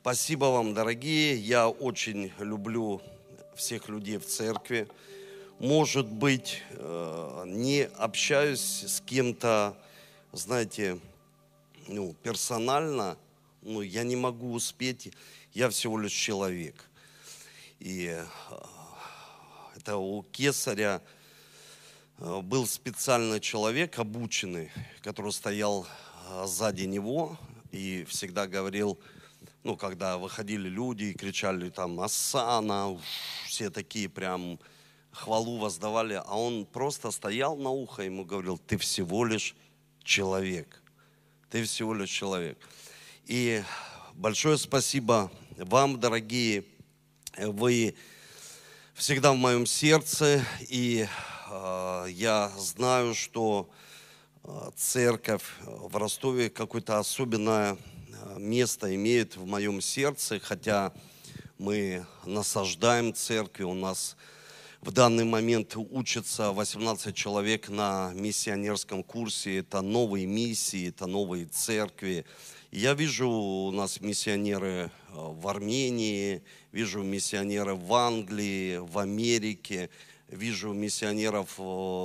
Спасибо вам, дорогие. Я очень люблю всех людей в церкви. Может быть, не общаюсь с кем-то, знаете, персонально, но я не могу успеть. Я всего лишь человек. И это у Кесаря был специальный человек, обученный, который стоял сзади него и всегда говорил, когда выходили люди и кричали там «Осанна», все такие прям хвалу воздавали, а он просто стоял на ухо, ему говорил: «Ты всего лишь человек, ты всего лишь человек». И большое спасибо вам, дорогие, вы всегда в моем сердце, и я знаю, что церковь в Ростове какое-то особенное место имеет в моем сердце, хотя мы насаждаем церкви, у нас в данный момент учатся 18 человек на миссионерском курсе, это новые миссии, это новые церкви. Я вижу у нас миссионеры в Армении, вижу миссионеры в Англии, в Америке, вижу миссионеров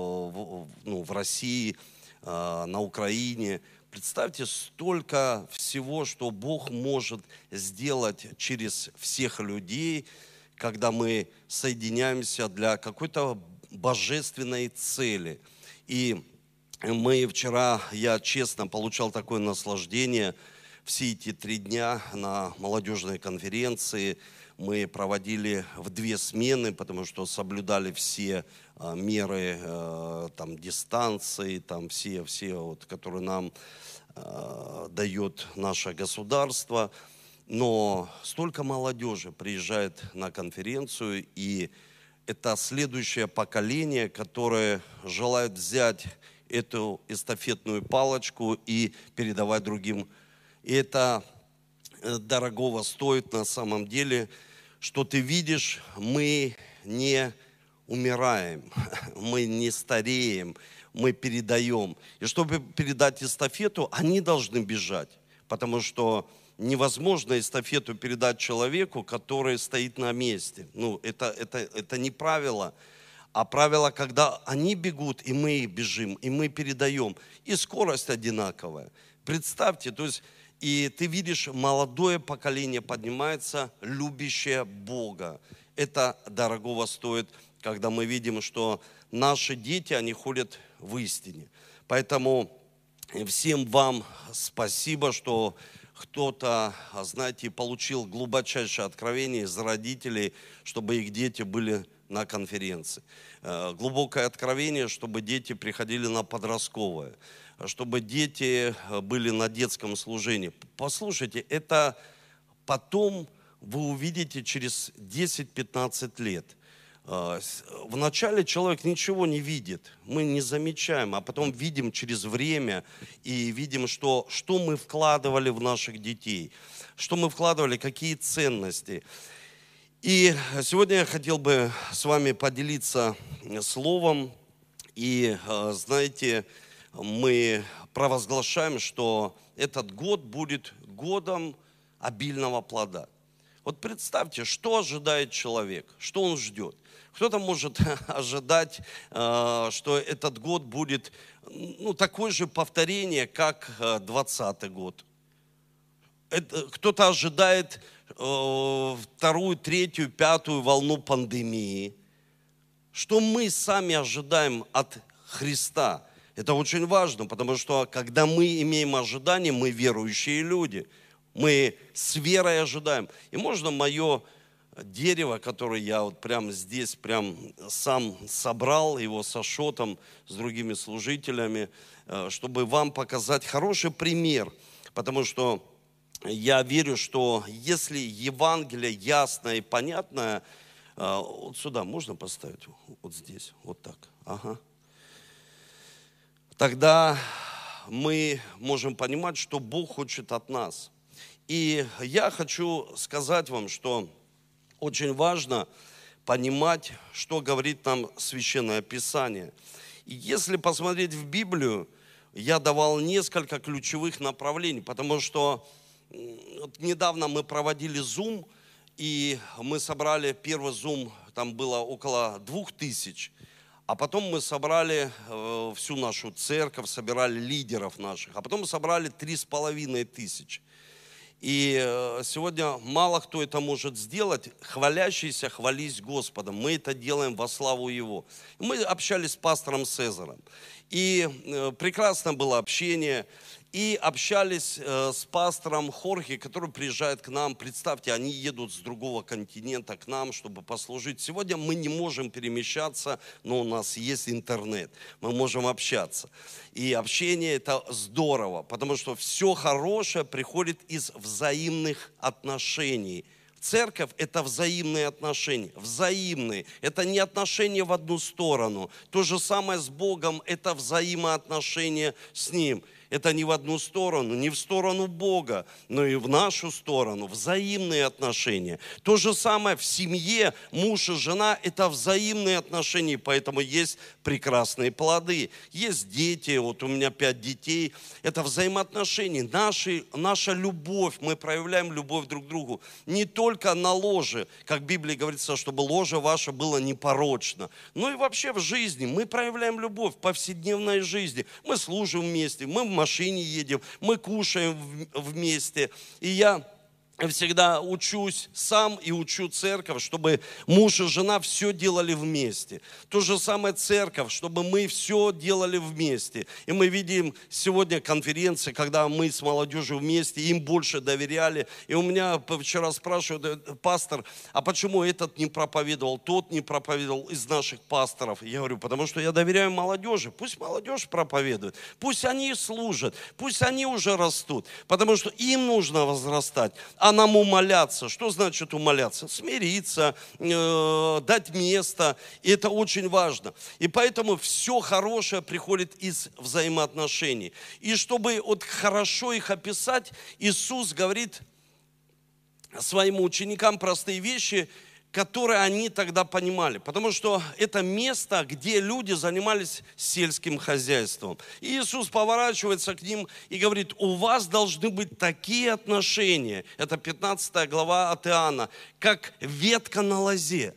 в России, на Украине. Представьте, столько всего, что Бог может сделать через всех людей, когда мы соединяемся для какой-то божественной цели. И мы вчера, я честно получал такое наслаждение все эти 3 дня на молодежной конференции. Мы проводили в 2 смены, потому что соблюдали все меры дистанции, все, которые нам дает наше государство. Но столько молодежи приезжает на конференцию, и это следующее поколение, которое желает взять эту эстафетную палочку и передавать другим. И это дорогого стоит на самом деле, что ты видишь, мы не умираем, мы не стареем, мы передаем. И чтобы передать эстафету, они должны бежать, потому что невозможно эстафету передать человеку, который стоит на месте. Это не правило, а правило, когда они бегут, и мы бежим, и мы передаем. И скорость одинаковая. Представьте, то есть, и ты видишь, молодое поколение поднимается, любящее Бога. Это дорогого стоит, когда мы видим, что наши дети, они ходят в истине. Поэтому всем вам спасибо, что кто-то, знаете, получил глубочайшее откровение из родителей, чтобы их дети были на конференции. Глубокое откровение, чтобы дети приходили на подростковое, чтобы дети были на детском служении. Послушайте, это потом вы увидите через 10-15 лет. Вначале человек ничего не видит, мы не замечаем, а потом видим через время и видим, что мы вкладывали в наших детей, что мы вкладывали, какие ценности. И сегодня я хотел бы с вами поделиться словом. И знаете, мы провозглашаем, что этот год будет годом обильного плода. Вот представьте, что ожидает человек, что он ждет. Кто-то может ожидать, что этот год будет такое же повторение, как 2020 год. Кто-то ожидает 2-ю, 3-ю, 5-ю волну пандемии. Что мы сами ожидаем от Христа? Это очень важно, потому что когда мы имеем ожидания, мы верующие люди. Мы с верой ожидаем. И можно мое дерево, которое я вот прямо здесь сам собрал, его с Ашотом, с другими служителями, чтобы вам показать хороший пример. Потому что я верю, что если Евангелие ясное и понятное, вот сюда можно поставить, вот здесь, вот так, ага. Тогда мы можем понимать, что Бог хочет от нас. И я хочу сказать вам, что очень важно понимать, что говорит нам Священное Писание. И если посмотреть в Библию, я давал несколько ключевых направлений, потому что Вот недавно мы проводили Zoom, и мы собрали первый Zoom, там было около 2000. А потом мы собрали всю нашу церковь, собирали лидеров наших. А потом мы собрали 3500. И сегодня мало кто это может сделать. Хвалящийся, хвались Господом. Мы это делаем во славу Его. Мы общались с пастором Цезарем. И прекрасно было общение. И общались с пастором Хорхе, который приезжает к нам. Представьте, они едут с другого континента к нам, чтобы послужить. Сегодня мы не можем перемещаться, но у нас есть интернет. Мы можем общаться. И общение это здорово, потому что все хорошее приходит из взаимных отношений. Церковь – это взаимные отношения, взаимные. Это не отношения в одну сторону. То же самое с Богом – это взаимоотношения с Ним. Это не в одну сторону, не в сторону Бога, но и в нашу сторону, взаимные отношения. То же самое в семье, муж и жена – это взаимные отношения, поэтому есть прекрасные плоды. Есть дети, вот у меня 5 детей, это взаимоотношения. Наша любовь, мы проявляем любовь друг к другу. Не только на ложе, как в Библии говорится, чтобы ложе ваше было непорочно, но и вообще в жизни. Мы проявляем любовь в повседневной жизни. Мы служим вместе, мы в машине едем, мы кушаем вместе. И я всегда учусь сам и учу церковь, чтобы муж и жена все делали вместе. То же самое церковь, чтобы мы все делали вместе. И мы видим сегодня конференции, когда мы с молодежью вместе, им больше доверяли. И у меня вчера спрашивают: пастор, а почему этот не проповедовал, тот не проповедовал из наших пасторов? Я говорю, потому что я доверяю молодежи. Пусть молодежь проповедует, пусть они служат, пусть они уже растут, потому что им нужно возрастать. А нам умоляться. Что значит умоляться? Смириться, дать место. И это очень важно. И поэтому все хорошее приходит из взаимоотношений. И чтобы вот хорошо их описать, Иисус говорит своим ученикам простые вещи, которые они тогда понимали. Потому что это место, где люди занимались сельским хозяйством. И Иисус поворачивается к ним и говорит: у вас должны быть такие отношения, это 15 глава от Иоанна, как ветка на лозе.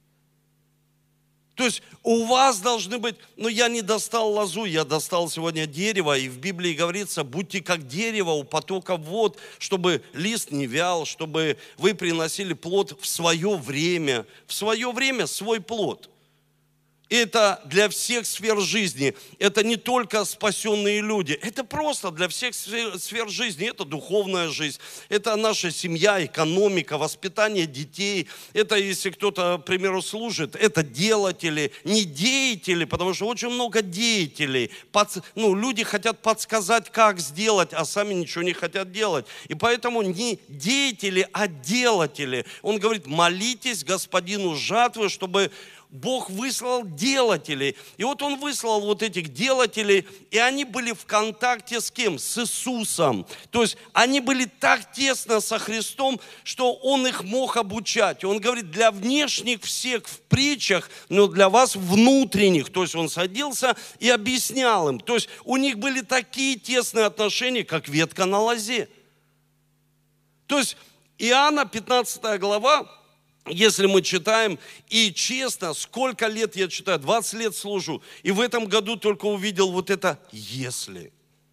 То есть у вас должны быть, я не достал лозу, я достал сегодня дерево, и в Библии говорится: будьте как дерево у потока вод, чтобы лист не вял, чтобы вы приносили плод в свое время свой плод. Это для всех сфер жизни, это не только спасенные люди, это просто для всех сфер жизни, это духовная жизнь, это наша семья, экономика, воспитание детей, это если кто-то, к примеру, служит, это делатели, не деятели, потому что очень много деятелей, люди хотят подсказать, как сделать, а сами ничего не хотят делать, и поэтому не деятели, а делатели. Он говорит: молитесь Господину жатвы, чтобы Бог выслал делателей. И вот Он выслал вот этих делателей, и они были в контакте с кем? С Иисусом. То есть они были так тесно со Христом, что Он их мог обучать. И Он говорит: для внешних всех в притчах, но для вас внутренних. То есть Он садился и объяснял им. То есть у них были такие тесные отношения, как ветка на лозе. То есть Иоанна 15 глава, если мы читаем, и честно, сколько лет я читаю, 20 лет служу, и в этом году только увидел вот это «если».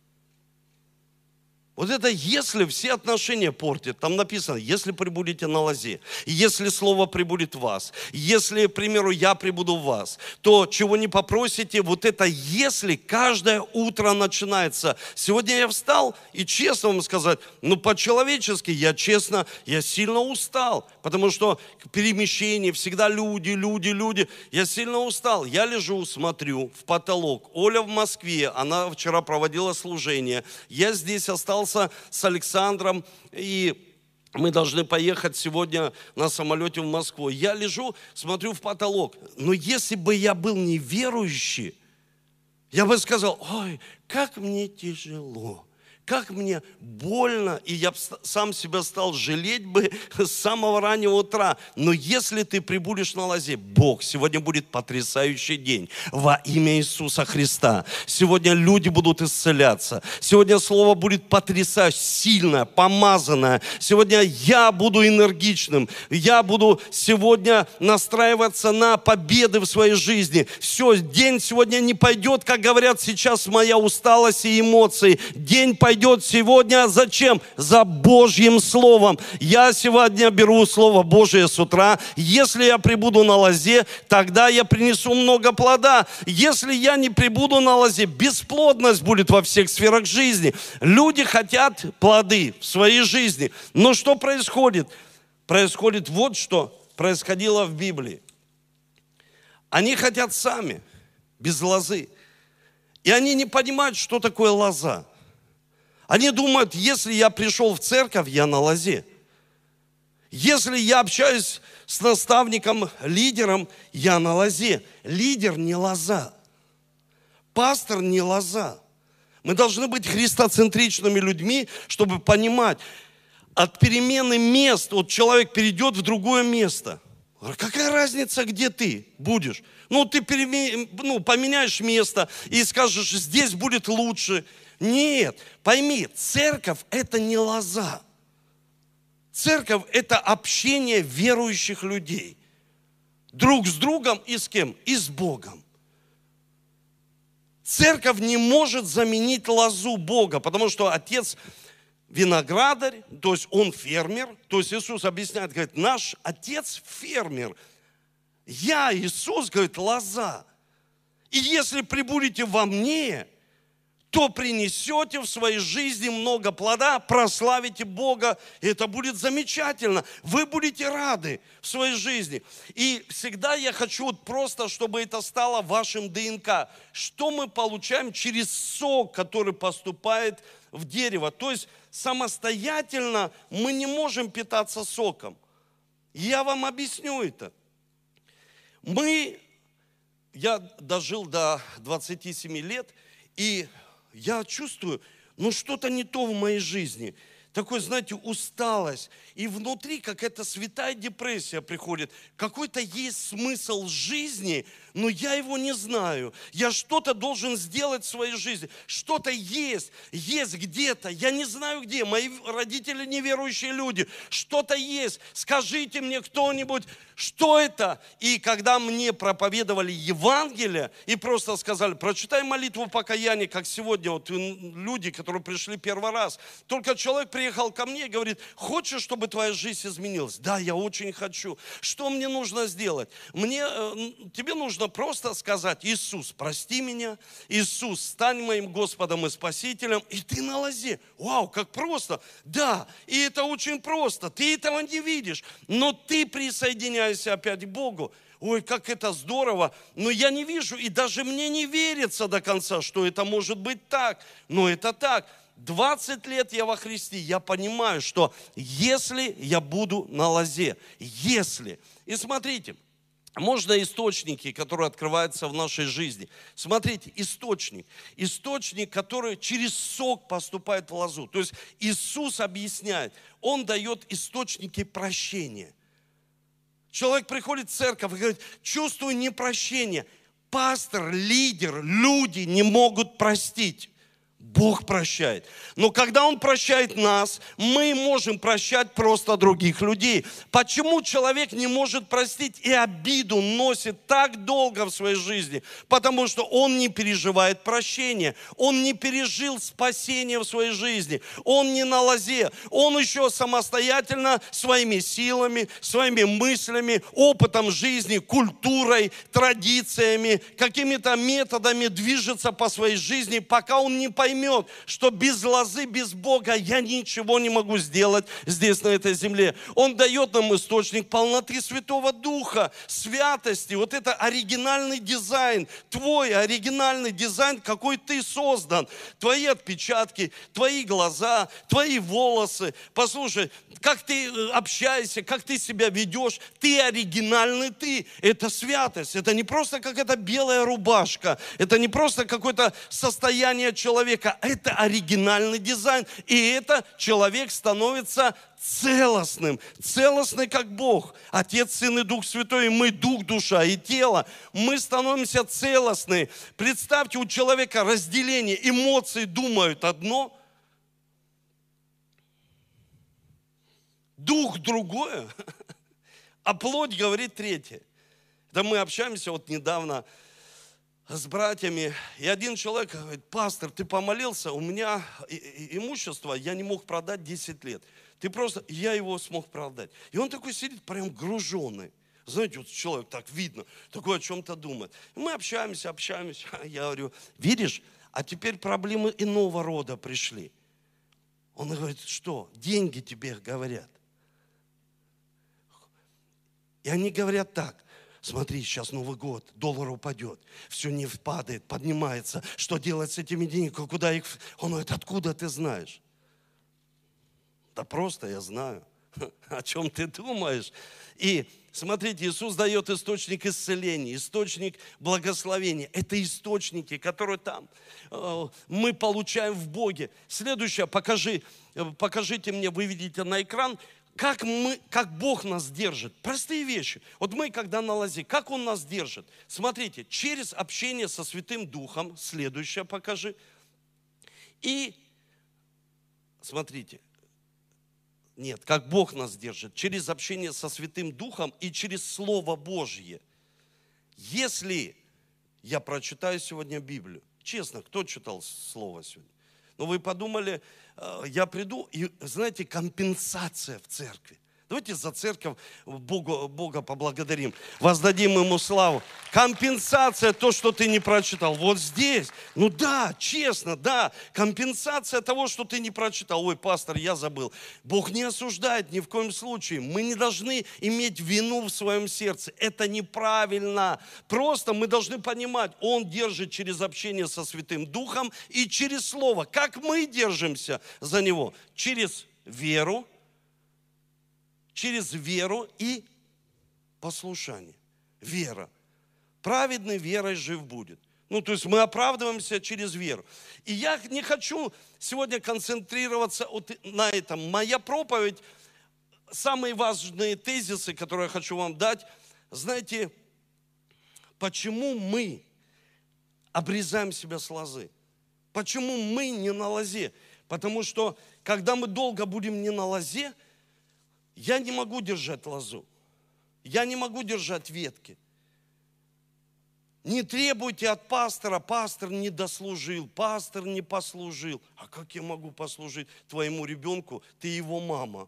Вот это «если» все отношения портит. Там написано: если пребудете на лозе, если слово пребудет в вас, если, к примеру, я пребуду в вас, то чего не попросите, вот это «если» каждое утро начинается. Сегодня я встал, и честно вам сказать, по-человечески, я сильно устал, потому что перемещение, всегда люди. Я сильно устал. Я лежу, смотрю в потолок. Оля в Москве, она вчера проводила служение. Я здесь остался с Александром, и мы должны поехать сегодня на самолете в Москву. Я лежу, смотрю в потолок. Но если бы я был неверующий, я бы сказал: ой, как мне тяжело, Как мне больно, и я сам себя стал жалеть бы с самого раннего утра. Но если ты прибудешь на лозе, Бог, сегодня будет потрясающий день во имя Иисуса Христа. Сегодня люди будут исцеляться. Сегодня слово будет потрясающее, сильное, помазанное. Сегодня я буду энергичным. Я буду сегодня настраиваться на победы в своей жизни. Все, день сегодня не пойдет, как говорят сейчас, моя усталость и эмоции. День пойдет сегодня зачем? За Божьим Словом. Я сегодня беру Слово Божие с утра. Если я прибуду на лозе, тогда я принесу много плода. Если я не прибуду на лозе, бесплодность будет во всех сферах жизни. Люди хотят плоды в своей жизни. Но что происходит? Происходит вот что происходило в Библии. Они хотят сами, без лозы. И они не понимают, что такое лоза. Они думают, если я пришел в церковь, я на лозе. Если я общаюсь с наставником, лидером, я на лозе. Лидер не лоза. Пастор не лоза. Мы должны быть христоцентричными людьми, чтобы понимать, от перемены мест, вот человек перейдет в другое место. Какая разница, где ты будешь? Ты поменяешь место и скажешь, здесь будет лучше. Нет, пойми, церковь – это не лоза. Церковь – это общение верующих людей. Друг с другом и с кем? И с Богом. Церковь не может заменить лозу Бога, потому что Отец виноградарь, то есть Он фермер. То есть Иисус объясняет, говорит, наш Отец фермер. Я, Иисус, говорит, лоза. И если прибудете во мне, то принесете в своей жизни много плода, прославите Бога, и это будет замечательно. Вы будете рады в своей жизни. И всегда я хочу просто, чтобы это стало вашим ДНК. Что мы получаем через сок, который поступает в дерево. То есть самостоятельно мы не можем питаться соком. Я вам объясню это. Я дожил до 27 лет, и я чувствую, что-то не то в моей жизни. Такой, знаете, усталость. И внутри какая-то святая депрессия приходит. Какой-то есть смысл жизни, но я его не знаю. Я что-то должен сделать в своей жизни. Что-то есть где-то. Я не знаю где. Мои родители неверующие люди. Что-то есть. Скажите мне кто-нибудь, что это? И когда мне проповедовали Евангелие и просто сказали, прочитай молитву покаяния, как сегодня вот люди, которые пришли первый раз. Только человек приехал ко мне и говорит, хочешь, чтобы твоя жизнь изменилась? Да, я очень хочу. Что мне нужно сделать? Тебе нужно просто сказать, Иисус, прости меня, Иисус, стань моим Господом и Спасителем, и ты на лозе. Вау, как просто. Да, и это очень просто. Ты этого не видишь, но ты присоединяешься опять к Богу. Ой, как это здорово, но я не вижу, и даже мне не верится до конца, что это может быть так, но это так. 20 лет я во Христе, я понимаю, что если я буду на лозе, если. И смотрите, можно источники, которые открываются в нашей жизни. Смотрите, источник, который через сок поступает в лозу. То есть Иисус объясняет, Он дает источники прощения. Человек приходит в церковь и говорит, чувствую непрощение. Пастор, лидер, люди не могут простить. Бог прощает. Но когда Он прощает нас, мы можем прощать просто других людей. Почему человек не может простить и обиду носит так долго в своей жизни? Потому что он не переживает прощения. Он не пережил спасение в своей жизни. Он не на лозе. Он еще самостоятельно своими силами, своими мыслями, опытом жизни, культурой, традициями, какими-то методами движется по своей жизни, пока он не поймет, что без лозы, без Бога я ничего не могу сделать здесь, на этой земле. Он дает нам источник полноты Святого Духа, святости. Вот это оригинальный дизайн, твой оригинальный дизайн, какой ты создан. Твои отпечатки, твои глаза, твои волосы. Послушай, как ты общаешься, как ты себя ведешь, ты оригинальный ты. Это святость. Это не просто какая-то белая рубашка. Это не просто какое-то состояние человека. человека. Это оригинальный дизайн. И это человек становится целостным. Целостный, как Бог. Отец, Сын и Дух Святой. И мы дух, душа и тело. Мы становимся целостны. Представьте, у человека разделение. Эмоции думают одно, дух другое, а плоть говорит третье. Да мы общаемся вот недавно с братьями, и один человек говорит: пастор, ты помолился, у меня имущество я не мог продать 10 лет. Я его смог продать. И он такой сидит прям груженный. Знаете, вот человек так видно, такой о чем-то думает. И мы общаемся. Я говорю: видишь, а теперь проблемы иного рода пришли. Он говорит: что? Деньги тебе говорят. И они говорят так: смотри, сейчас Новый год, доллар упадет, все нефть падает, поднимается. Что делать с этими деньгами? Куда их? Он говорит: откуда ты знаешь? Да просто я знаю. О чем ты думаешь? И смотрите, Иисус дает источник исцеления, источник благословения. Это источники, которые там мы получаем в Боге. Следующее, покажите мне, выведите на экран, как Бог нас держит. Простые вещи. Вот мы, когда на лозе, как Он нас держит? Смотрите, через общение со Святым Духом, следующее покажи. И, смотрите, нет, как Бог нас держит, через общение со Святым Духом и через Слово Божье. Если я прочитаю сегодня Библию, честно, кто читал Слово сегодня? Но вы подумали, я приду, и, знаете, компенсация в церкви. Давайте за церковь Бога поблагодарим, воздадим Ему славу. Компенсация, то, что ты не прочитал. Вот здесь, ну да, честно, да, компенсация того, что ты не прочитал. Ой, пастор, я забыл. Бог не осуждает ни в коем случае. Мы не должны иметь вину в своем сердце. Это неправильно. Просто мы должны понимать, Он держит через общение со Святым Духом и через Слово. Как мы держимся за Него? Через веру и послушание. Вера. Праведный верой жив будет. То есть мы оправдываемся через веру. И я не хочу сегодня концентрироваться на этом. Моя проповедь, самые важные тезисы, которые я хочу вам дать. Знаете, почему мы обрезаем себя с лозы? Почему мы не на лозе? Потому что, когда мы долго будем не на лозе, я не могу держать лозу. Я не могу держать ветки. Не требуйте от пастора: пастор не дослужил, пастор не послужил. А как я могу послужить твоему ребенку? Ты его мама.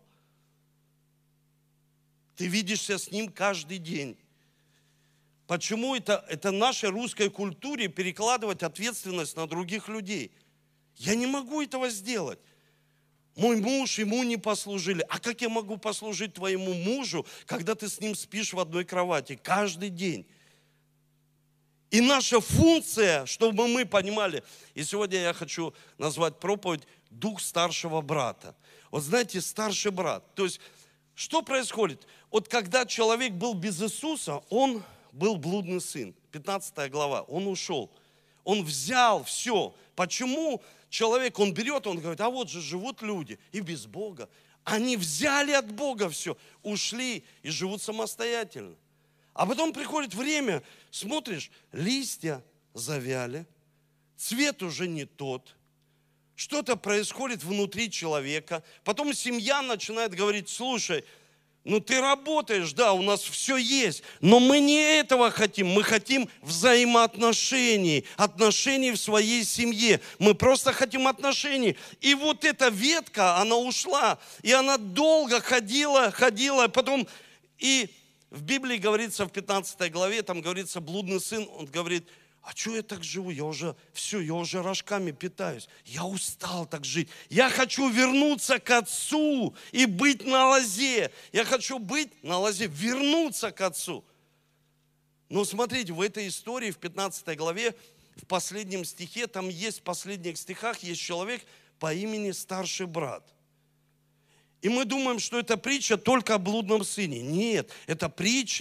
Ты видишься с ним каждый день. Почему это нашей русской культуре перекладывать ответственность на других людей? Я не могу этого сделать. Мой муж, ему не послужили. А как я могу послужить твоему мужу, когда ты с ним спишь в одной кровати каждый день? И наша функция, чтобы мы понимали, и сегодня я хочу назвать проповедь «Дух старшего брата». Вот знаете, старший брат. То есть, что происходит? Вот когда человек был без Иисуса, он был блудный сын. 15 глава, он ушел. Он взял все. Почему? Человек, он берет, он говорит: а вот же живут люди и без Бога. Они взяли от Бога все, ушли и живут самостоятельно. А потом приходит время, смотришь, листья завяли, цвет уже не тот, что-то происходит внутри человека. Потом семья начинает говорить: слушай, ты работаешь, да, у нас все есть, но мы не этого хотим, мы хотим взаимоотношений, отношений в своей семье, мы просто хотим отношений. И вот эта ветка, она ушла, и она долго ходила, потом, и в Библии говорится, в 15 главе, там говорится, блудный сын, он говорит: а что я так живу? Я уже рожками питаюсь. Я устал так жить. Я хочу вернуться к Отцу и быть на лозе. Я хочу быть на лозе, вернуться к Отцу. Но смотрите, в этой истории, в 15 главе, в последнем стихе, там есть, в последних стихах есть человек по имени старший брат. И мы думаем, что это притча только о блудном сыне. Нет, это притча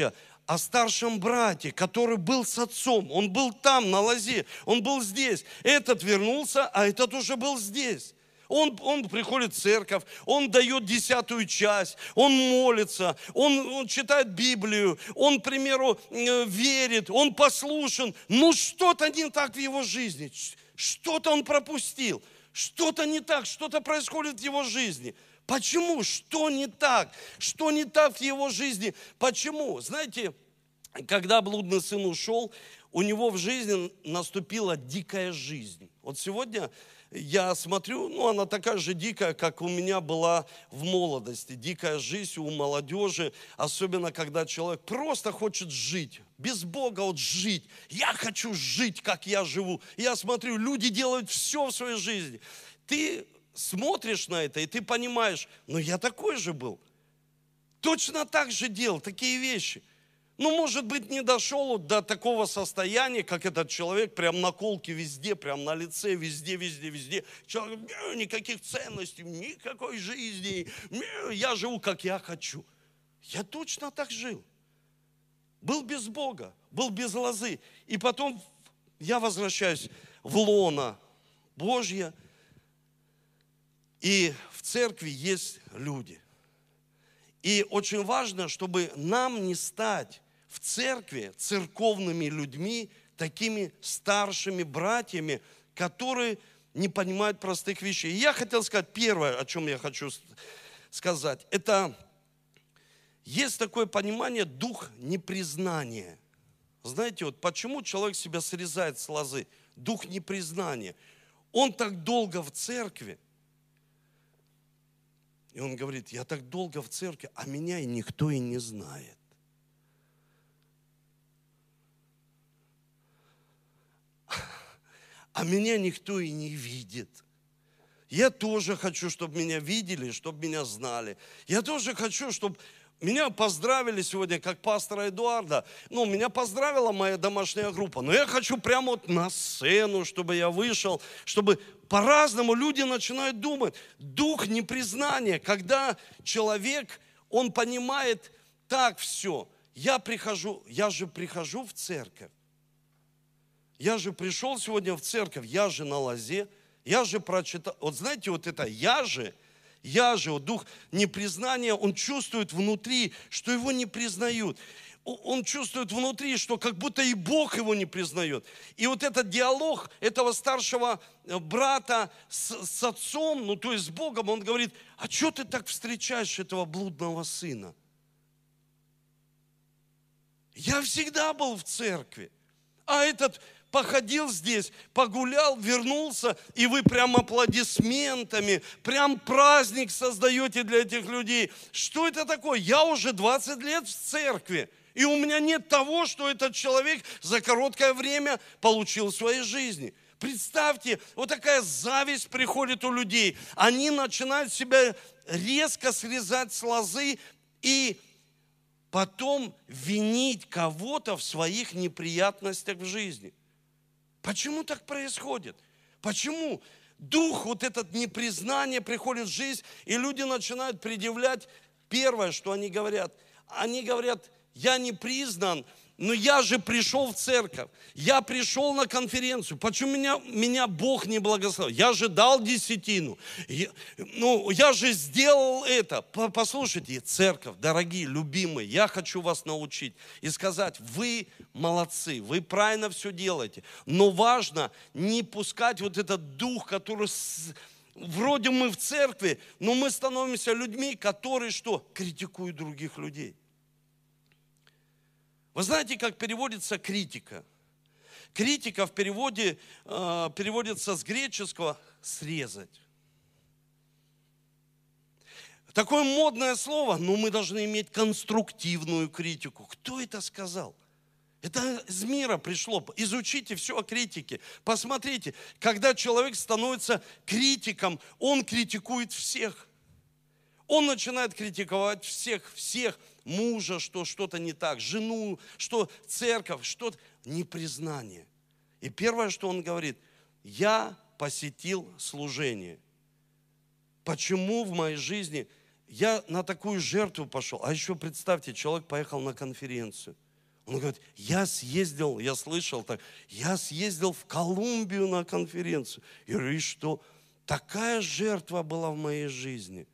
о старшем брате, который был с отцом. Он был там, на лозе, он был здесь. Этот вернулся, а этот уже был здесь. Он приходит в церковь, он дает 10-ю часть, он молится, он читает Библию, он, к примеру, верит, он послушен. Но что-то не так в его жизни, что-то он пропустил, что-то не так, что-то происходит в его жизни. Почему? Что не так? Что не так в его жизни? Почему? Знаете, когда блудный сын ушел, у него в жизни наступила дикая жизнь. Вот сегодня я смотрю, она такая же дикая, как у меня была в молодости. Дикая жизнь у молодежи, особенно когда человек просто хочет жить. Без Бога вот жить. Я хочу жить, как я живу. Я смотрю, люди делают все в своей жизни. Ты смотришь на это, и ты понимаешь, я такой же был. Точно так же делал такие вещи. Может быть, не дошел до такого состояния, как этот человек, прям наколки везде, прям на лице, везде. Человек, никаких ценностей, никакой жизни. Я живу, как я хочу. Я точно так жил. Был без Бога, был без лозы. И потом я возвращаюсь в лоно Божье. И в церкви есть люди. И очень важно, чтобы нам не стать в церкви церковными людьми, такими старшими братьями, которые не понимают простых вещей. И я хотел сказать, первое, о чем я хочу сказать, это есть такое понимание дух непризнания. Знаете, почему человек себя срезает с лозы? Дух непризнания. Он так долго в церкви, и он говорит, я так долго в церкви, а меня и никто и не знает. А меня никто и не видит. Я тоже хочу, чтобы меня видели, чтобы меня знали. Я тоже хочу, чтобы меня поздравили сегодня, как пастора Эдуарда. Меня поздравила моя домашняя группа. Но я хочу прямо на сцену, чтобы я вышел, чтобы по-разному люди начинают думать. Дух непризнания, когда человек, он понимает, так все, я же прихожу в церковь. Я же пришел сегодня в церковь, я же на лозе, я же прочитал. Вот знаете, это я же, дух непризнания, он чувствует внутри, что его не признают. Он чувствует внутри, что как будто и Бог его не признает. И этот диалог этого старшего брата с отцом, то есть с Богом, он говорит, а что ты так встречаешь этого блудного сына? Я всегда был в церкви, а этот походил здесь, погулял, вернулся, и вы прям аплодисментами, прям праздник создаете для этих людей. Что это такое? Я уже 20 лет в церкви, и у меня нет того, что этот человек за короткое время получил в своей жизни. Представьте, вот такая зависть приходит у людей. Они начинают себя резко срезать с лозы и потом винить кого-то в своих неприятностях в жизни. Почему так происходит? Почему дух, этот непризнание приходит в жизнь, и люди начинают предъявлять первое, что они говорят. Они говорят, я не признан, но я же пришел в церковь, я пришел на конференцию, почему меня Бог не благословил? Я же дал десятину, я же сделал это. Послушайте, церковь, дорогие, любимые, я хочу вас научить и сказать, вы молодцы, вы правильно все делаете, но важно не пускать этот дух, который вроде мы в церкви, но мы становимся людьми, которые что? Критикуют других людей. Вы знаете, как переводится критика? Критика в переводе переводится с греческого «срезать». Такое модное слово, но мы должны иметь конструктивную критику. Кто это сказал? Это из мира пришло. Изучите все о критике. Посмотрите, когда человек становится критиком, он критикует всех. Он начинает критиковать всех, мужа, что что-то не так, жену, что церковь, что-то непризнание. И первое, что он говорит, я посетил служение. Почему в моей жизни я на такую жертву пошел? А еще представьте, человек поехал на конференцию. Он говорит, я слышал так, я съездил в Колумбию на конференцию. Я говорю, и что? Такая жертва была в моей жизни.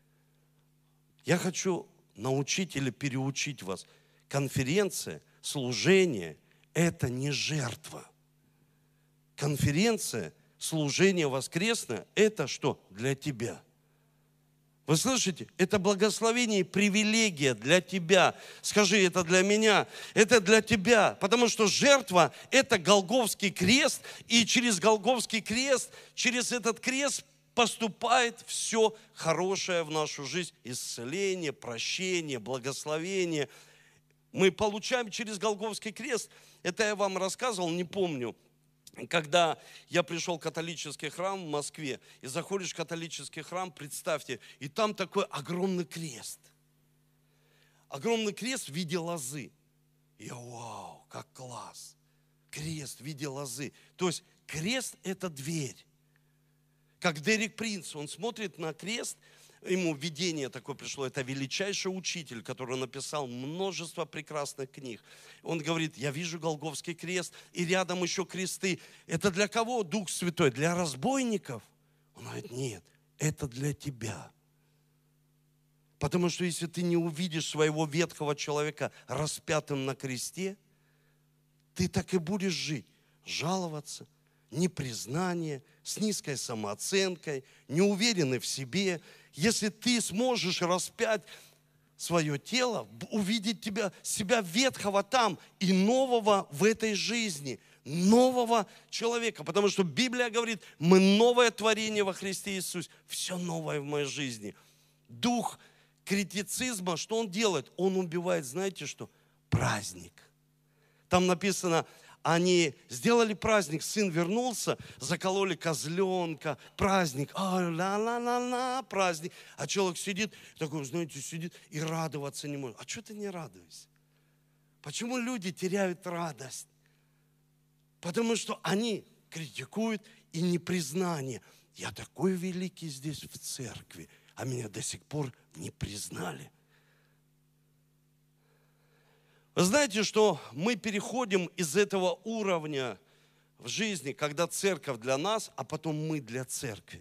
Я хочу научить или переучить вас. Конференция, служение – это не жертва. Конференция, служение воскресное – это что? Для тебя. Вы слышите? Это благословение и привилегия для тебя. Скажи, это для меня, это для тебя. Потому что жертва – это Голгофский крест, и через Голгофский крест, через этот крест поступает все хорошее в нашу жизнь. Исцеление, прощение, благословение. Мы получаем через Голгофский крест. Это я вам рассказывал, не помню. Когда я пришел в католический храм в Москве, и заходишь в католический храм, представьте, и там такой огромный крест. Огромный крест в виде лозы. И вау, как класс. Крест в виде лозы. То есть крест – это дверь. Как Дерек Принц, он смотрит на крест, ему видение такое пришло, это величайший учитель, который написал множество прекрасных книг. Он говорит, я вижу Голгофский крест, и рядом еще кресты. Это для кого, Дух Святой? Для разбойников? Он говорит, нет, это для тебя. Потому что если ты не увидишь своего ветхого человека распятым на кресте, ты так и будешь жить, жаловаться, непризнание, с низкой самооценкой, неуверенный в себе. Если ты сможешь распять свое тело, увидеть себя ветхого там и нового в этой жизни, нового человека. Потому что Библия говорит, мы новое творение во Христе Иисусе. Все новое в моей жизни. Дух критицизма, что он делает? Он убивает, знаете что? Праздник. Там написано, они сделали праздник, сын вернулся, закололи козленка, праздник, ла-ла-ла-ла, праздник. А человек сидит, такой, знаете, сидит и радоваться не может. А что ты не радуешься? Почему люди теряют радость? Потому что они критикуют и непризнание. Я такой великий здесь в церкви, а меня до сих пор не признали. Вы знаете, что мы переходим из этого уровня в жизни, когда церковь для нас, а потом мы для церкви.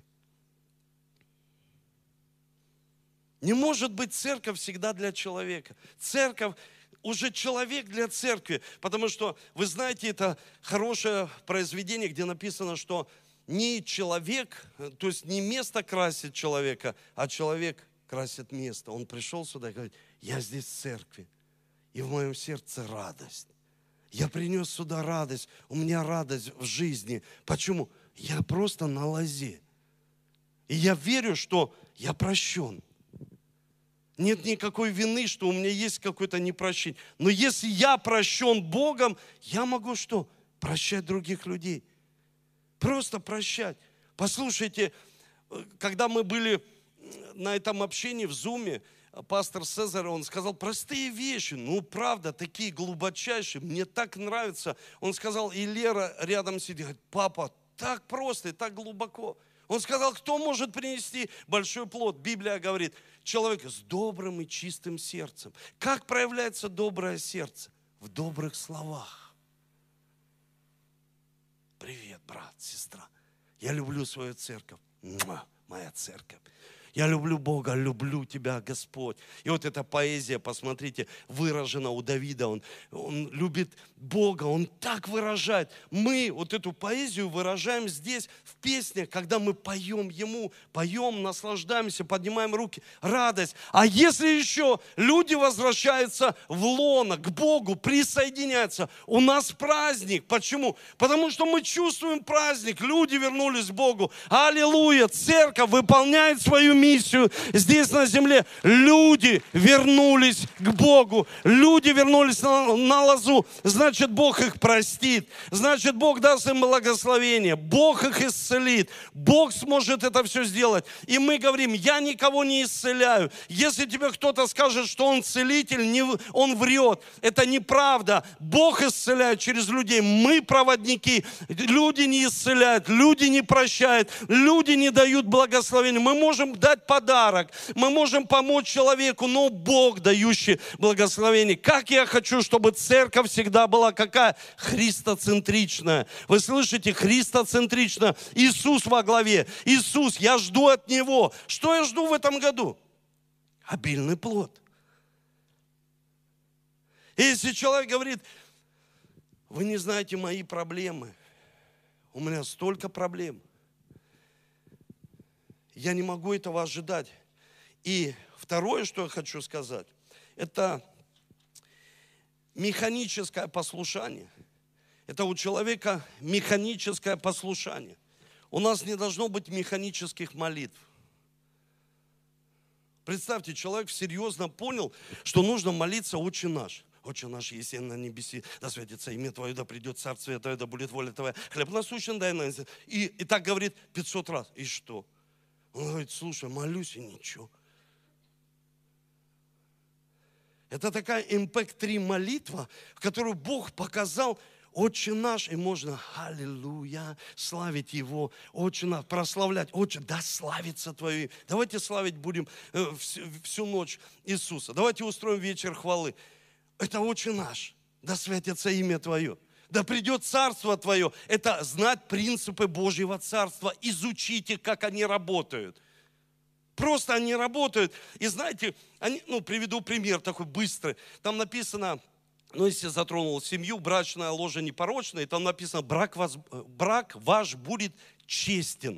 Не может быть церковь всегда для человека. Церковь уже человек для церкви, потому что, вы знаете, это хорошее произведение, где написано, что не человек, то есть не место красит человека, а человек красит место. Он пришел сюда и говорит, я здесь в церкви. И в моем сердце радость. Я принес сюда радость. У меня радость в жизни. Почему? Я просто на лозе. И я верю, что я прощен. Нет никакой вины, что у меня есть какое-то непрощение. Но если я прощен Богом, я могу что? Прощать других людей. Просто прощать. Послушайте, когда мы были на этом общении в Зуме, пастор Цезарь, он сказал простые вещи, ну правда, такие глубочайшие, мне так нравится. Он сказал, и Лера рядом сидит, говорит, папа, так просто и так глубоко. Он сказал, кто может принести большой плод? Библия говорит, человек с добрым и чистым сердцем. Как проявляется доброе сердце? В добрых словах. Привет, брат, сестра. Я люблю свою церковь. Моя церковь. Я люблю Бога, люблю Тебя, Господь. И вот эта поэзия, посмотрите, выражена у Давида. Он любит Бога, он так выражает. Мы вот эту поэзию выражаем здесь, в песнях, когда мы поем Ему, поем, наслаждаемся, поднимаем руки. Радость. А если еще люди возвращаются в лоно, к Богу, присоединяются, у нас праздник. Почему? Потому что мы чувствуем праздник. Люди вернулись к Богу. Аллилуйя! Церковь выполняет свою миссию здесь на земле. Люди вернулись к Богу. Люди вернулись на лозу. Значит, Бог их простит. Значит, Бог даст им благословение. Бог их исцелит. Бог сможет это все сделать. И мы говорим, я никого не исцеляю. Если тебе кто-то скажет, что он целитель, он врет. Это неправда. Бог исцеляет через людей. Мы проводники. Люди не исцеляют. Люди не прощают. Люди не дают благословения. Мы можем дать дать подарок, мы можем помочь человеку, но Бог, дающий благословение. Как я хочу, чтобы церковь всегда была какая? Христоцентричная. Вы слышите? Христоцентричная. Иисус во главе. Иисус, я жду от Него. Что я жду в этом году? Обильный плод. И если человек говорит, вы не знаете мои проблемы, у меня столько проблем, я не могу этого ожидать. И второе, что я хочу сказать, это механическое послушание. Это у человека механическое послушание. У нас не должно быть механических молитв. Представьте, человек серьезно понял, что нужно молиться «Отче наш». «Отче наш, если на небеси, да святится имя Твое, да придет Царствие Твое, да будет воля Твоя. Хлеб насущный дай нам». И так говорит 500 раз. И что? Он говорит, слушай, молюсь и ничего. Это такая МП3 молитва, в которую Бог показал «Отче наш», и можно аллилуйя, славить Его, «Отче наш», прославлять, «Отче, да славится Твое имя». Давайте славить будем всю ночь Иисуса. Давайте устроим вечер хвалы. Это «Отче наш», да святится имя Твое, да придет Царство Твое. Это знать принципы Божьего Царства. Изучите, как они работают. Просто они работают. И знаете, приведу пример такой быстрый. Там написано, если затронул семью, брачная ложа непорочная, и там написано, брак ваш будет честен.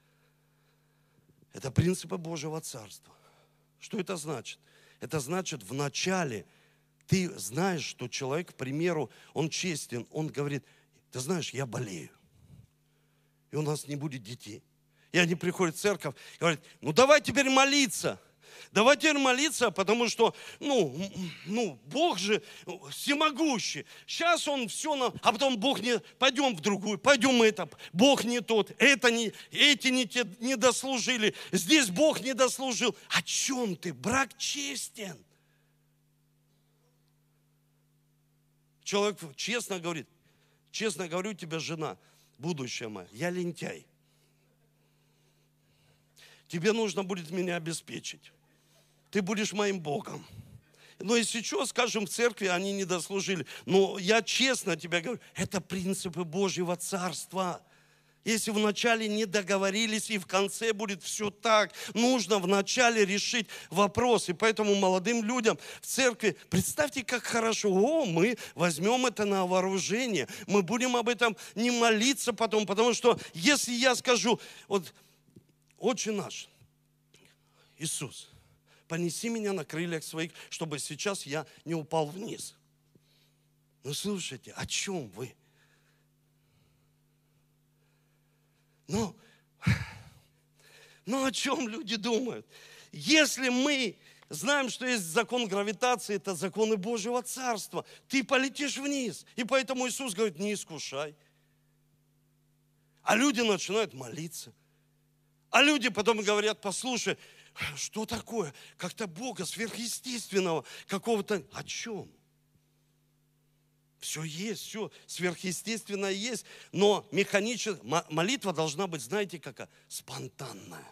Это принципы Божьего Царства. Что это значит? Это значит, вначале ты знаешь, что человек, к примеру, он честен, он говорит, ты знаешь, я болею, и у нас не будет детей. И они приходят в церковь и говорят, давай теперь молиться. Давай теперь молиться, потому что, Бог же всемогущий. Сейчас Он все нам, а потом Бог не, пойдем в другую, пойдем это, Бог не тот, эти не дослужили, здесь Бог не дослужил. О чем ты? Брак честен. Человек честно говорит, честно говорю тебе, жена, будущая моя, я лентяй. Тебе нужно будет меня обеспечить. Ты будешь моим Богом. Но если что, скажем, в церкви они не дослужили. Но я честно тебе говорю, это принципы Божьего Царства. Если вначале не договорились и в конце будет все так, нужно вначале решить вопрос. И поэтому молодым людям в церкви, представьте, как хорошо, мы возьмем это на вооружение. Мы будем об этом не молиться потом, потому что если я скажу, «Отче наш, Иисус, понеси меня на крыльях своих, чтобы сейчас я не упал вниз». Слушайте, о чем вы? О чем люди думают? Если мы знаем, что есть закон гравитации, это законы Божьего Царства, ты полетишь вниз. И поэтому Иисус говорит, не искушай. А люди начинают молиться. А люди потом говорят, послушай, что такое? Как-то Бога сверхъестественного какого-то. О чем? Все есть, все сверхъестественное есть, но молитва должна быть, знаете, какая? Спонтанная.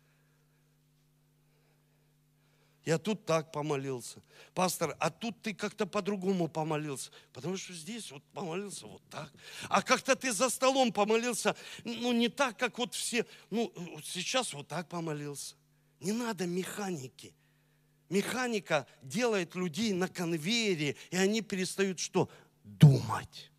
Я тут так помолился. Пастор, а тут ты как-то по-другому помолился. Потому что здесь помолился вот так. А как-то ты за столом помолился, не так, как все. Сейчас вот так помолился. Не надо механики. Механика делает людей на конвейере, и они перестают что? Думать.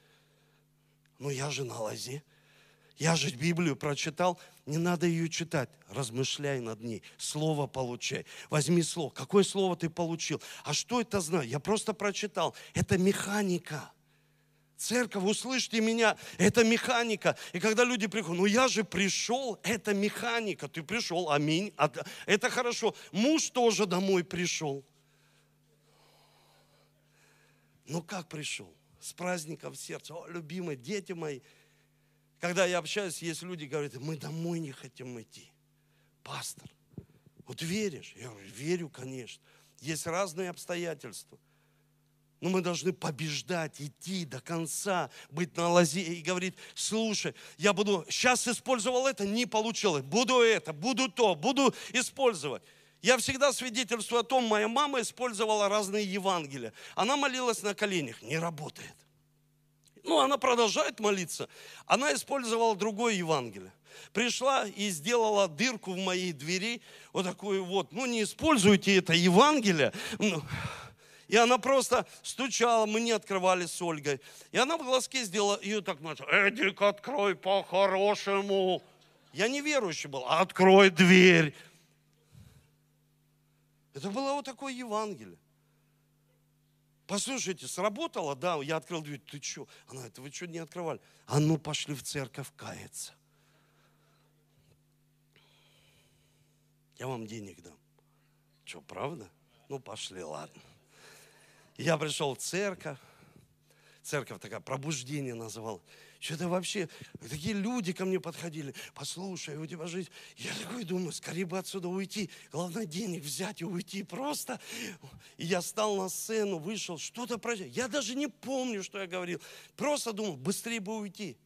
Я же на лозе. Я же Библию прочитал. Не надо ее читать. Размышляй над ней. Слово получай. Возьми слово. Какое слово ты получил? А что это значит? Я просто прочитал. Это механика. Церковь, услышьте меня, это механика. И когда люди приходят, я же пришел, это механика. Ты пришел, аминь. Это хорошо. Муж тоже домой пришел. Как пришел? С праздником в сердце. О, любимые, дети мои. Когда я общаюсь, есть люди, говорят, мы домой не хотим идти. Пастор, веришь? Я говорю, верю, конечно. Есть разные обстоятельства. Но мы должны побеждать, идти до конца, быть на лозе и говорить: слушай, я буду, сейчас использовал это, не получилось, буду это, буду то, буду использовать. Я всегда свидетельствую о том, моя мама использовала разные Евангелия. Она молилась на коленях, не работает. Ну, она продолжает молиться. Она использовала другое Евангелие. Пришла и сделала дырку в моей двери, вот такую вот. Ну, не используйте это Евангелие. И она просто стучала, мы не открывали с Ольгой. И она в глазке сделала, ее так начала: Эдик, открой по-хорошему. Я неверующий был, открой дверь. Это было вот такое Евангелие. Послушайте, сработало? Да, я открыл дверь. Ты что? Она говорит: вы что не открывали? А ну пошли в церковь каяться. Я вам денег дам. Что, правда? Ну пошли, ладно. Я пришел в церковь. Церковь такая, пробуждение называла. Что-то вообще, такие люди ко мне подходили. Послушай, у тебя жизнь. Я такой думаю, скорее бы отсюда уйти. Главное, денег взять и уйти просто. И я встал на сцену, вышел, что-то произошло. Я даже не помню, что я говорил. Просто думал, быстрее бы уйти.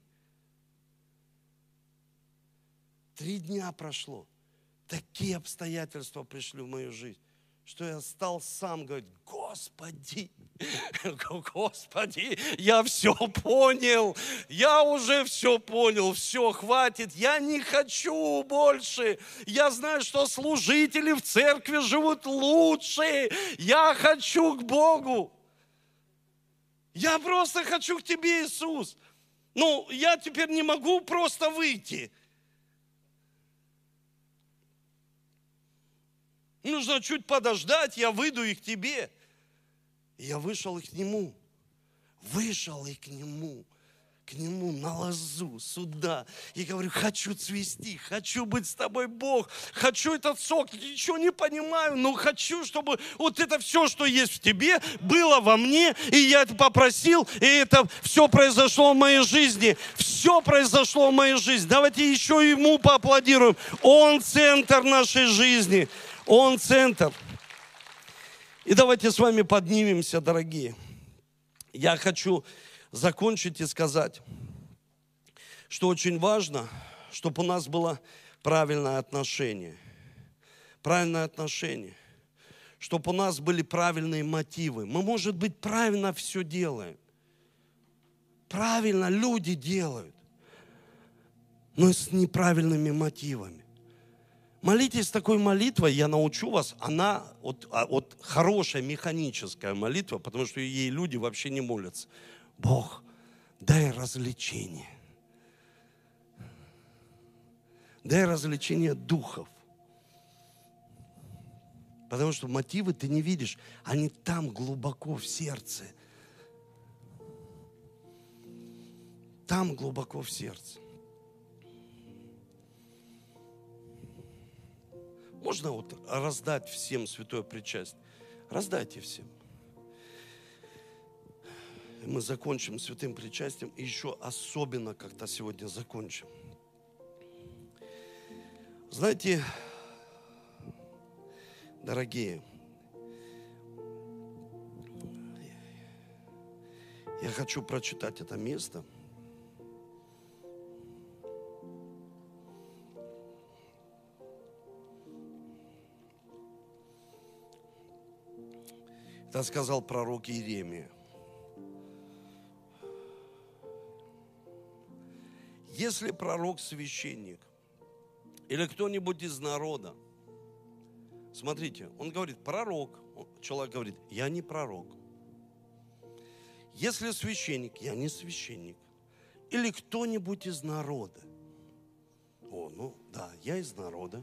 3 дня прошло. Такие обстоятельства пришли в мою жизнь, что я стал сам говорить: Господи, Господи, я все понял, я уже все понял, все, хватит, я не хочу больше. Я знаю, что служители в церкви живут лучше, я хочу к Богу. Я просто хочу к Тебе, Иисус. Ну, я теперь не могу просто выйти. Нужно чуть подождать, я выйду и к Тебе. И я вышел и к Нему. Вышел и к Нему на лозу, сюда. И говорю: хочу цвести, хочу быть с Тобой, Бог. Хочу этот сок, ничего не понимаю, но хочу, чтобы вот это все, что есть в Тебе, было во мне. И я это попросил, и это все произошло в моей жизни. Все произошло в моей жизни. Давайте еще Ему поаплодируем. Он центр нашей жизни. Он центр. И давайте с вами поднимемся, дорогие. Я хочу закончить и сказать, что очень важно, чтобы у нас было правильное отношение. Правильное отношение. Чтобы у нас были правильные мотивы. Мы, может быть, правильно все делаем. Правильно люди делают. Но с неправильными мотивами. Молитесь такой молитвой, я научу вас, она вот хорошая механическая молитва, потому что ей люди вообще не молятся. Бог, дай развлечение. Дай развлечение духов. Потому что мотивы ты не видишь, они там глубоко в сердце. Там глубоко в сердце. Можно вот раздать всем святое причастие? Раздайте всем. И мы закончим святым причастием. И еще особенно как-то сегодня закончим. Знаете, дорогие, я хочу прочитать это место. Это сказал пророк Иеремия. Если пророк-священник или кто-нибудь из народа, смотрите, он говорит: пророк. Человек говорит: я не пророк. Если священник, я не священник. Или кто-нибудь из народа. Ну да, я из народа.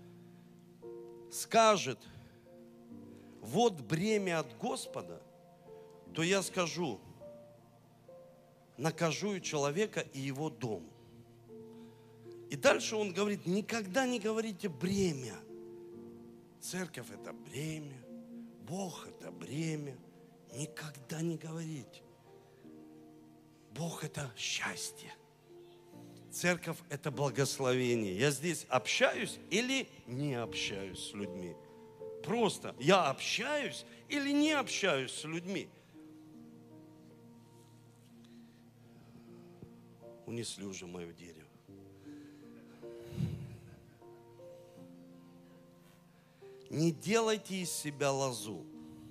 Скажет: вот бремя от Господа, то я скажу: накажу человека и его дом. И дальше он говорит: никогда не говорите бремя. Церковь – это бремя, Бог – это бремя. Никогда не говорите. Бог – это счастье. Церковь – это благословение. Я здесь общаюсь или не общаюсь с людьми? Просто я общаюсь или не общаюсь с людьми? Унесли уже мое дерево. Не делайте из себя лозу.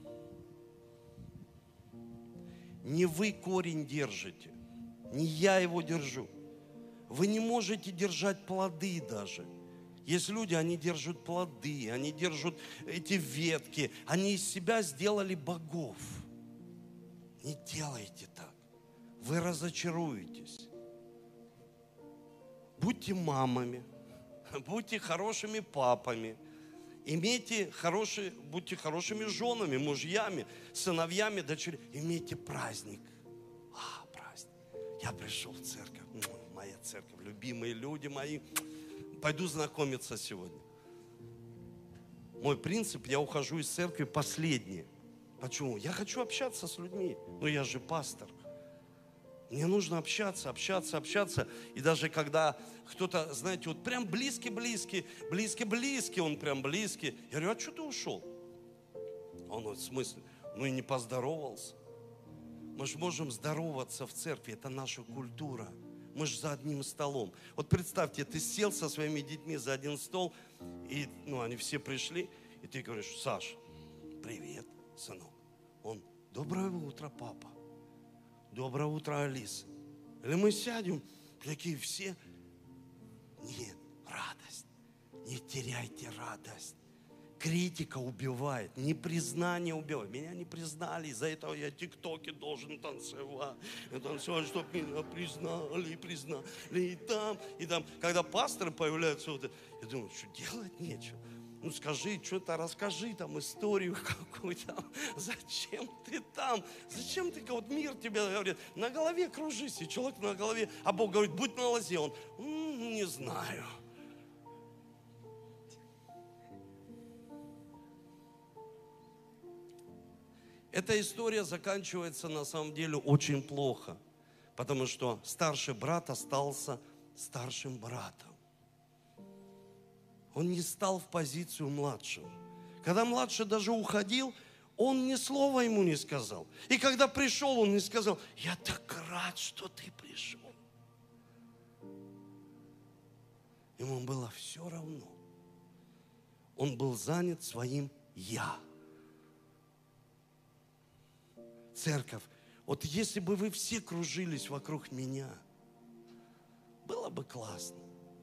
Не вы корень держите, не я его держу. Вы не можете держать плоды даже. Есть люди, они держат плоды, они держат эти ветки, они из себя сделали богов. Не делайте так. Вы разочаруетесь. Будьте мамами, будьте хорошими папами, будьте хорошими женами, мужьями, сыновьями, дочерями. Имейте праздник. Праздник. Я пришел в церковь. Моя церковь, любимые люди мои. Пойду знакомиться сегодня. Мой принцип, я ухожу из церкви последний. Почему? Я хочу общаться с людьми. Но я же пастор. Мне нужно общаться. И даже когда кто-то, знаете, вот прям близкий, он прям близкий. Я говорю, а что ты ушел? Он говорит, в смысле? Ну и не поздоровался. Мы же можем здороваться в церкви, это наша культура. Мы же за одним столом. Вот представьте, ты сел со своими детьми за один стол, и они все пришли, и ты говоришь, Саша, привет, сынок. Он, доброе утро, папа. Доброе утро, Алиса. Или мы сядем, такие все. Нет, радость. Не теряйте радость. Критика убивает, непризнание убивает. Меня не признали, из-за этого я в ТикТоке должен танцевать, чтобы меня признали, и там. Когда пасторы появляются, я думаю, что делать нечего. Ну скажи, что-то расскажи там историю какую-то. Зачем ты там? Зачем ты, вот мир тебе говорит, на голове кружись, и человек на голове, а Бог говорит, будь на лозе. Он, не знаю. Эта история заканчивается на самом деле очень плохо, потому что старший брат остался старшим братом. Он не стал в позицию младшего. Когда младший даже уходил, он ни слова ему не сказал. И когда пришел, он не сказал, я так рад, что ты пришел. Ему было все равно. Он был занят своим «я». Церковь, вот если бы вы все кружились вокруг меня, было бы классно.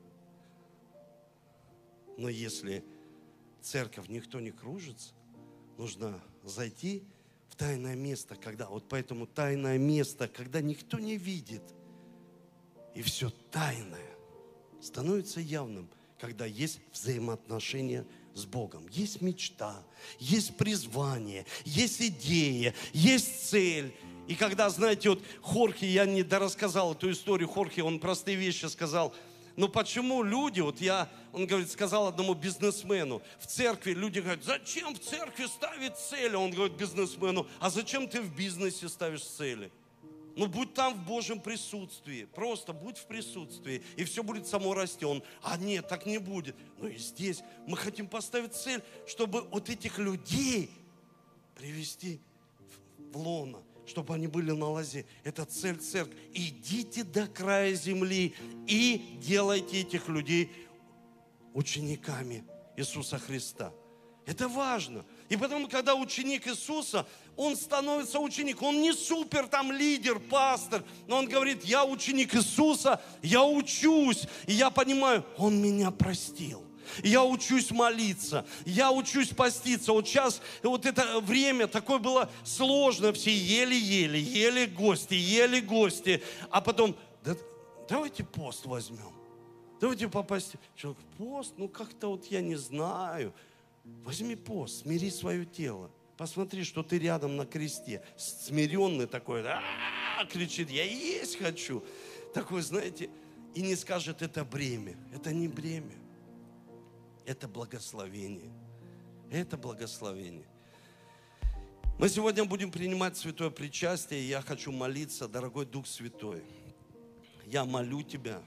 Но если церковь никто не кружится, нужно зайти в тайное место, вот поэтому тайное место, когда никто не видит, и все тайное становится явным, когда есть взаимоотношения с Богом. Есть мечта, есть призвание, есть идея, есть цель. И когда, знаете, вот Хорхе, я не дорассказал эту историю, Хорхе, он простые вещи сказал. Но почему люди, он говорит, сказал одному бизнесмену, в церкви люди говорят, зачем в церкви ставить цели? Он говорит бизнесмену, а зачем ты в бизнесе ставишь цели? Будь там в Божьем присутствии, просто будь в присутствии, и все будет само расти. Нет, так не будет. Но и здесь мы хотим поставить цель, чтобы вот этих людей привести в лоно, чтобы они были на лозе. Это цель церкви. Идите до края земли и делайте этих людей учениками Иисуса Христа. Это важно. И потому, когда ученик Иисуса, он становится учеником. Он не супер там лидер, пастор, но он говорит, я ученик Иисуса, я учусь, и я понимаю, он меня простил. Я учусь молиться, я учусь поститься. Вот сейчас, вот это время такое было сложно, все ели гости, а потом, давайте пост возьмем, давайте попасть. Человек, пост, как-то вот я не знаю. Возьми пост, смири свое тело. Посмотри, что ты рядом на кресте. Смиренный такой, кричит, я есть хочу. Такой, знаете, и не скажет, это бремя. Это не бремя. Это благословение. Это благословение. Мы сегодня будем принимать святое причастие, и я хочу молиться, дорогой Дух Святой. Я молю Тебя,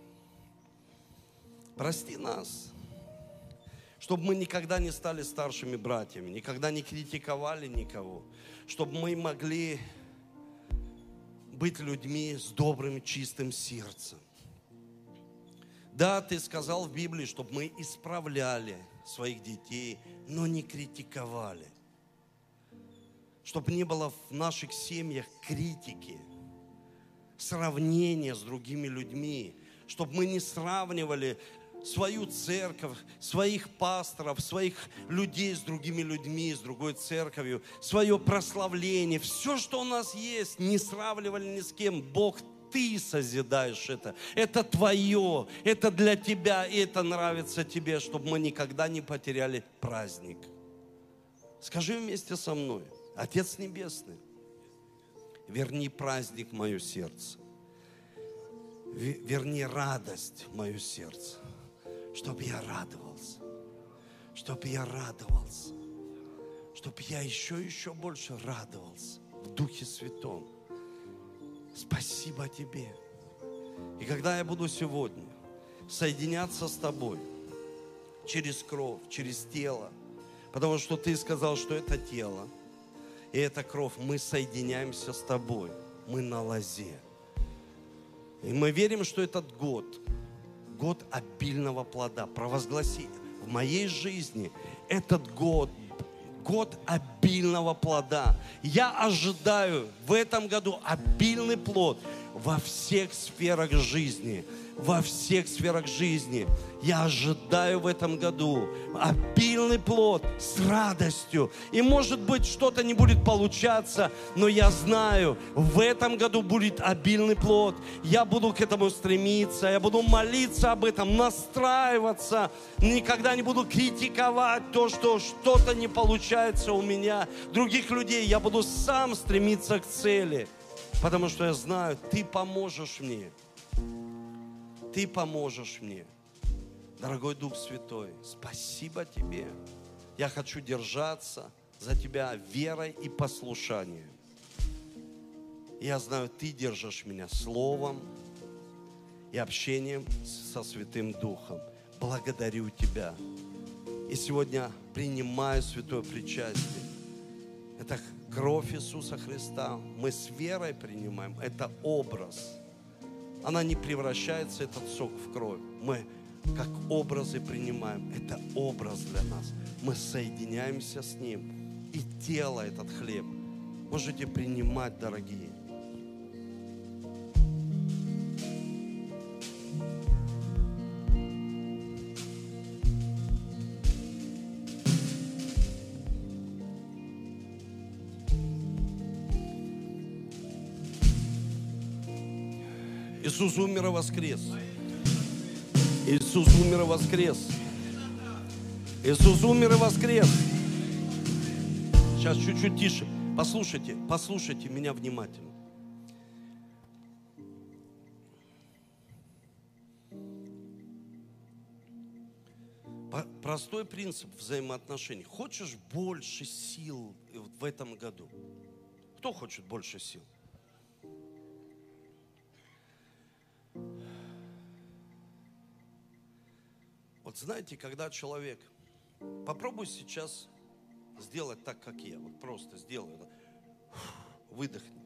прости нас, чтобы мы никогда не стали старшими братьями, никогда не критиковали никого, чтобы мы могли быть людьми с добрым, чистым сердцем. Да, ты сказал в Библии, чтобы мы исправляли своих детей, но не критиковали. Чтобы не было в наших семьях критики, сравнения с другими людьми. Чтобы мы не сравнивали свою церковь, своих пасторов, своих людей с другими людьми, с другой церковью, свое прославление, все, что у нас есть, не сравнивали ни с кем. Бог, ты созидаешь это. Это твое, это для тебя, и это нравится тебе, чтобы мы никогда не потеряли праздник. Скажи вместе со мной: Отец Небесный, верни праздник в мое сердце. Верни радость в мое сердце. Чтобы я радовался, чтобы я радовался, чтобы я еще больше радовался в Духе Святом. Спасибо Тебе. И когда я буду сегодня соединяться с Тобой через кровь, через тело, потому что Ты сказал, что это тело и это кровь, мы соединяемся с Тобой, мы на лозе. И мы верим, что этот год обильного плода. Провозгласи: в моей жизни этот год обильного плода. Я ожидаю в этом году обильный плод во всех сферах жизни. Во всех сферах жизни. Я ожидаю в этом году обильный плод с радостью. И может быть что-то не будет получаться, но я знаю, в этом году будет обильный плод. Я буду к этому стремиться, я буду молиться об этом, настраиваться. Никогда не буду критиковать то, что что-то не получается у меня, других людей. Я буду сам стремиться к цели, потому что я знаю, Ты поможешь мне. Ты поможешь мне. Дорогой Дух Святой, спасибо Тебе. Я хочу держаться за Тебя верой и послушанием. Я знаю, Ты держишь меня словом и общением со Святым Духом. Благодарю Тебя. И сегодня принимаю святое причастие. Это кровь Иисуса Христа. Мы с верой принимаем. Это образ. Она не превращается, этот сок, в кровь. Мы как образы принимаем. Это образ для нас. Мы соединяемся с Ним. И тело, этот хлеб, можете принимать, дорогие. Иисус умер и воскрес. Иисус умер и воскрес. Иисус умер и воскрес. Сейчас чуть-чуть тише. Послушайте меня внимательно. Простой принцип взаимоотношений. Хочешь больше сил в этом году? Кто хочет больше сил? Вот знаете, когда человек, попробуй сейчас сделать так, как я, вот просто сделай это, выдохни.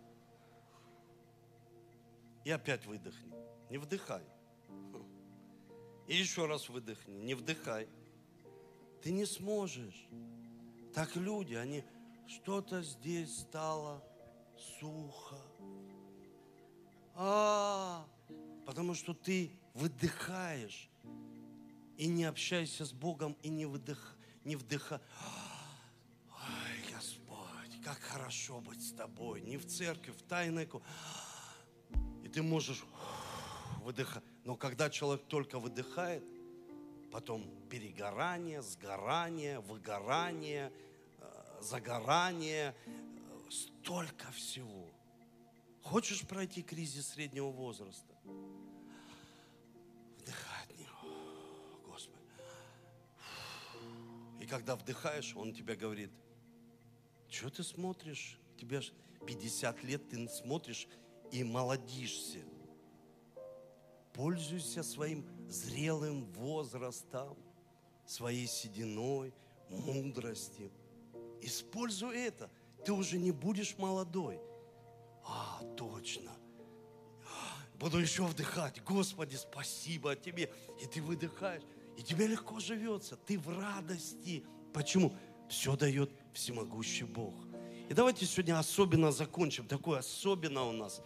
И опять выдохни, не вдыхай. И еще раз выдохни, не вдыхай. Ты не сможешь. Так люди, они, что-то здесь стало сухо. Потому что ты выдыхаешь. И не общайся с Богом, и не вдыхай. Ой, Господь, как хорошо быть с Тобой. Не в церкви, в тайной. И ты можешь выдыхать. Но когда человек только выдыхает, потом перегорание, сгорание, выгорание, загорание, столько всего. Хочешь пройти кризис среднего возраста? Вдыхай от него, Господи. И когда вдыхаешь, Он тебе говорит: что ты смотришь? Тебе 50 лет, ты смотришь и молодишься. Пользуйся своим зрелым возрастом, своей сединой, мудростью. Используй это. Ты уже не будешь молодой. Точно. Буду еще вдыхать. Господи, спасибо Тебе. И ты выдыхаешь. И тебе легко живется. Ты в радости. Почему? Все дает всемогущий Бог. И давайте сегодня особенно закончим. Такое особенно у нас.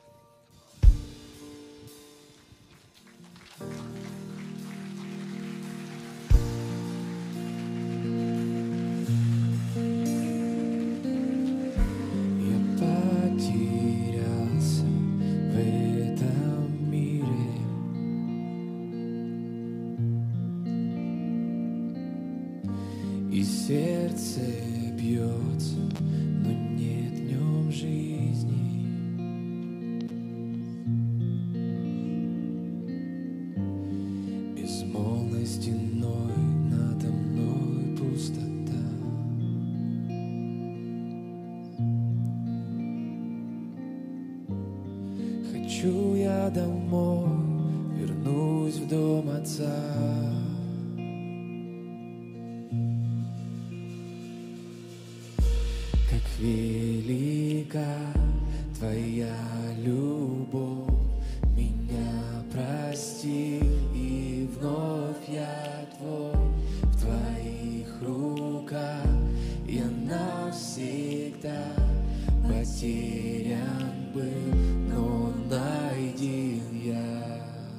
Сердце бьется, но нет в нем жизни. Безмолвной стеной надо мной пустота. Хочу я домой, вернусь в дом Отца. Велика Твоя любовь, меня прости, и вновь я Твой, в Твоих руках я навсегда. Потерян был, но найден я.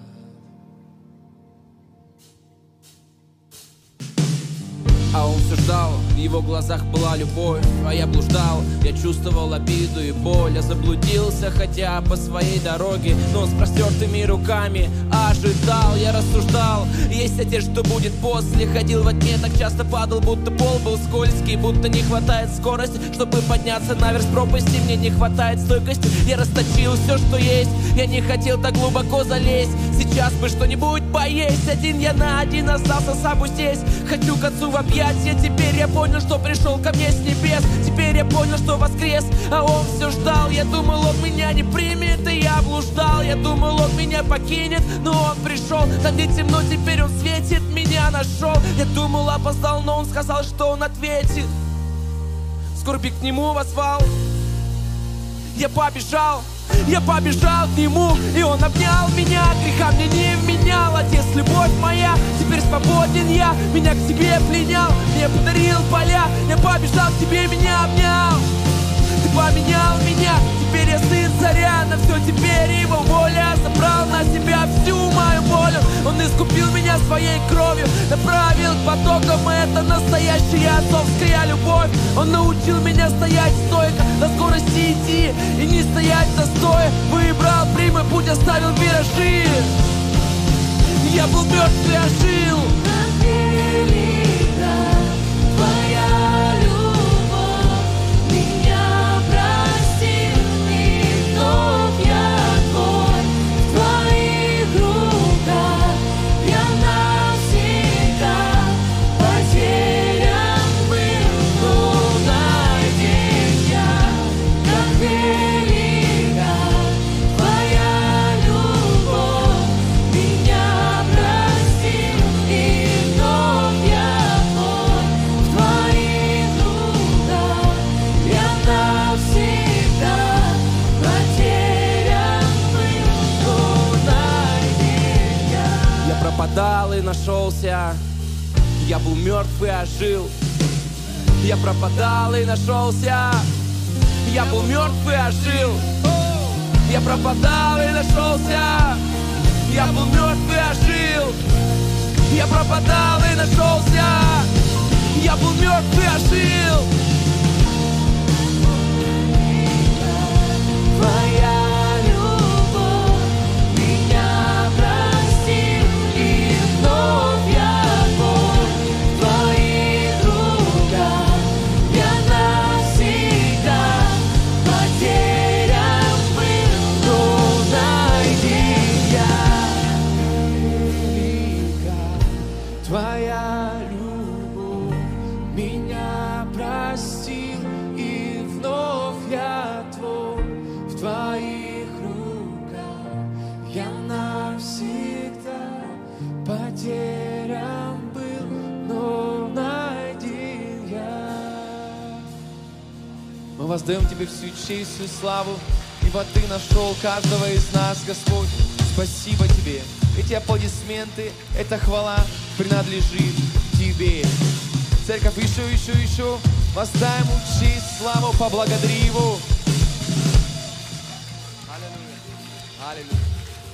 А он все ждал, в его глазах была любовь, а я блуждал, я чувствовал обиду и боль. Я заблудился, хотя по своей дороге, но с простертыми руками ожидал. Я рассуждал, есть отец, что будет после. Ходил во тьме, так часто падал, будто пол был скользкий, будто не хватает скорости, чтобы подняться наверх с пропасти. Мне не хватает стойкости, я расточил все, что есть. Я не хотел так глубоко залезть, сейчас бы что-нибудь поесть. Один я на один остался сам здесь. Хочу к отцу в объятия. Теперь я понял, что пришел ко мне с небес. Теперь я понял, что воскрес, а он все ждал. Я думал, он меня не примет, и я блуждал. Я думал, он меня покинет, но он пришел. Там где темно, теперь он светит, меня нашел. Я думал, опоздал, но он сказал, что он ответит. Скорби к нему возвал. Я побежал к нему, и он обнял меня. Греха мне не вменял, Отец, любовь моя. Теперь свободен я, меня к себе пленял. Мне подарил поля, я побежал к тебе, меня обнял. Ты поменял меня, теперь я сын царя. На все теперь его воля. Забрал на себя всю мою волю. Он искупил меня своей кровью, направил к потокам. Это настоящая отцовская любовь. Он научил меня стоять стойко, на скорости идти и не стоять застоя. Выбрал прямой путь, оставил виражи. Я был мертв и ожил. Как велика Твоя любовь, меня простил, и вновь я Твой. В Твоих руках я навсегда. Потерян был, но найден я. Как велика Твоя любовь, меня простил, и вновь я Твой. В Твоих руках я навсегда. Потерян был, но найден я. Я пропадал и нашелся. Я был мертв и ожил. Я пропадал и нашелся. Я был мертв и ожил. Я пропадал и нашелся. Я был мертв и ожил. Я пропадал и нашелся. Я был мертв и ожил. Твоя любовь меня простил, и вновь я Твой. В Твоих руках я навсегда. Потерян был, но найден я. Велика Твоя любовь, меня простил, и вновь я Твой. В Твоих руках я навсегда. Потерян был, но найден я. Мы воздаем Тебе всю честь, всю славу. ибо Ты нашел каждого из нас, Господь. Спасибо Тебе. Эти аплодисменты, эта хвала принадлежит Тебе. Церковь, еще, воздай Ему честь, славу, поблагодари Его. Аллилуйя. Аллилуйя.